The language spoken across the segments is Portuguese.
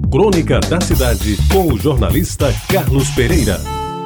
Crônica da Cidade, com o jornalista Carlos Pereira.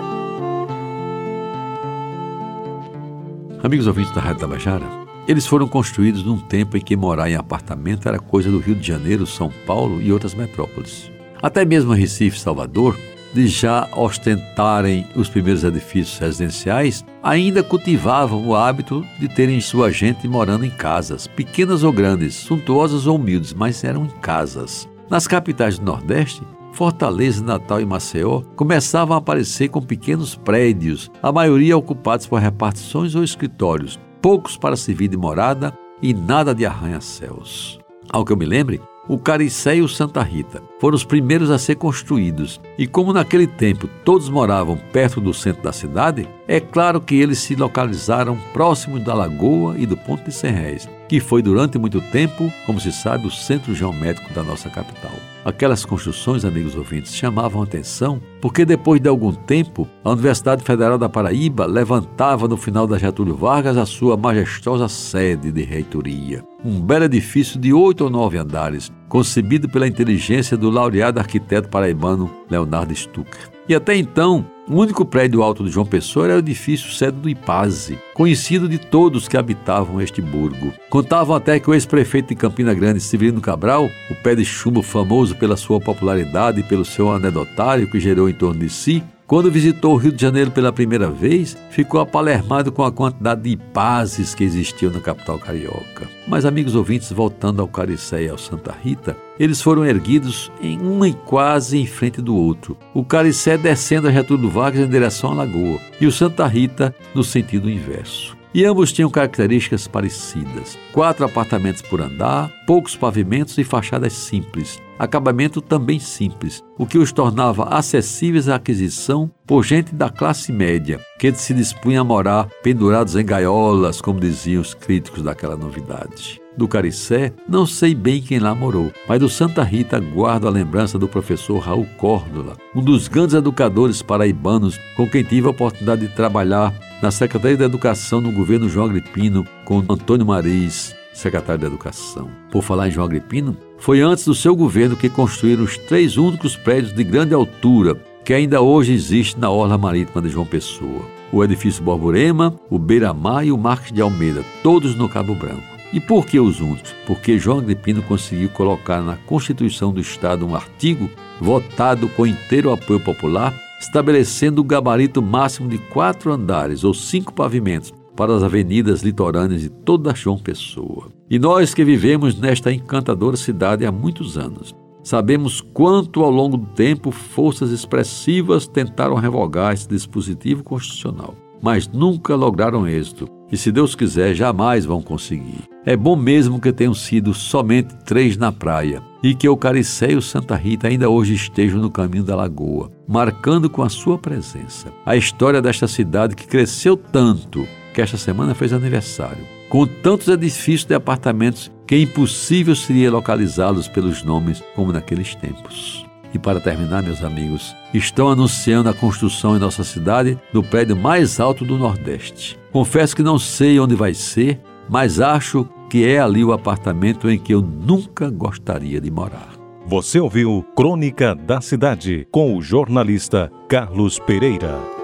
Amigos ouvintes da Rádio Tabajara, eles foram construídos num tempo em que morar em apartamento era coisa do Rio de Janeiro, São Paulo e outras metrópoles. Até mesmo Recife e Salvador, de já ostentarem os primeiros edifícios residenciais, ainda cultivavam o hábito de terem sua gente morando em casas, pequenas ou grandes, suntuosas ou humildes, mas eram em casas. Nas capitais do Nordeste, Fortaleza, Natal e Maceió começavam a aparecer com pequenos prédios, a maioria ocupados por repartições ou escritórios, poucos para servir de morada e nada de arranha-céus. Ao que eu me lembre, o Caricé e o Santa Rita foram os primeiros a ser construídos, e como naquele tempo todos moravam perto do centro da cidade, é claro que eles se localizaram próximos da Lagoa e do Ponto de Serrés, que foi durante muito tempo, como se sabe, o centro geométrico da nossa capital. Aquelas construções, amigos ouvintes, chamavam a atenção porque depois de algum tempo, a Universidade Federal da Paraíba levantava no final da Getúlio Vargas a sua majestosa sede de reitoria. Um belo edifício de 8 ou 9 andares, concebido pela inteligência do laureado arquiteto paraibano Leonardo Stucker. E até então, o único prédio alto de João Pessoa era o edifício sede do IPASE, conhecido de todos que habitavam este burgo. Contavam até que o ex-prefeito de Campina Grande, Severino Cabral, o pé de chumbo famoso pela sua popularidade e pelo seu anedotário que gerou em torno de si, quando visitou o Rio de Janeiro pela primeira vez, ficou apalermado com a quantidade de IPASes que existiam na capital carioca. Mas, amigos ouvintes, voltando ao Caricé e ao Santa Rita, eles foram erguidos um em quase em frente do outro. O Caricé descendo a Getúlio Vargas em direção à Lagoa e o Santa Rita no sentido inverso. E ambos tinham características parecidas. 4 apartamentos por andar, poucos pavimentos e fachadas simples. Acabamento também simples, o que os tornava acessíveis à aquisição por gente da classe média, que se dispunha a morar pendurados em gaiolas, como diziam os críticos daquela novidade. Do Caricé, não sei bem quem lá morou, mas do Santa Rita guardo a lembrança do professor Raul Córdola, um dos grandes educadores paraibanos com quem tive a oportunidade de trabalhar na Secretaria da Educação no governo João Agripino, com Antônio Mariz, secretário da Educação. Por falar em João Agripino, foi antes do seu governo que construíram os 3 únicos prédios de grande altura que ainda hoje existem na orla marítima de João Pessoa. O edifício Borborema, o Beira-Mar e o Marques de Almeida, todos no Cabo Branco. E por que os únicos? Porque João Agripino conseguiu colocar na Constituição do Estado um artigo votado com inteiro apoio popular, estabelecendo o gabarito máximo de 4 andares ou 5 pavimentos para as avenidas litorâneas de toda João Pessoa. E nós que vivemos nesta encantadora cidade há muitos anos, sabemos quanto ao longo do tempo forças expressivas tentaram revogar esse dispositivo constitucional, mas nunca lograram êxito e, se Deus quiser, jamais vão conseguir. É bom mesmo que tenham sido somente 3 na praia e que o Caricé e o Santa Rita ainda hoje estejam no caminho da Lagoa, marcando com a sua presença a história desta cidade que cresceu tanto que esta semana fez aniversário, com tantos edifícios de apartamentos que é impossível seria localizá-los pelos nomes como naqueles tempos. E para terminar, meus amigos, estão anunciando a construção em nossa cidade do prédio mais alto do Nordeste. Confesso que não sei onde vai ser, mas acho que é ali o apartamento em que eu nunca gostaria de morar. Você ouviu Crônica da Cidade, com o jornalista Carlos Pereira.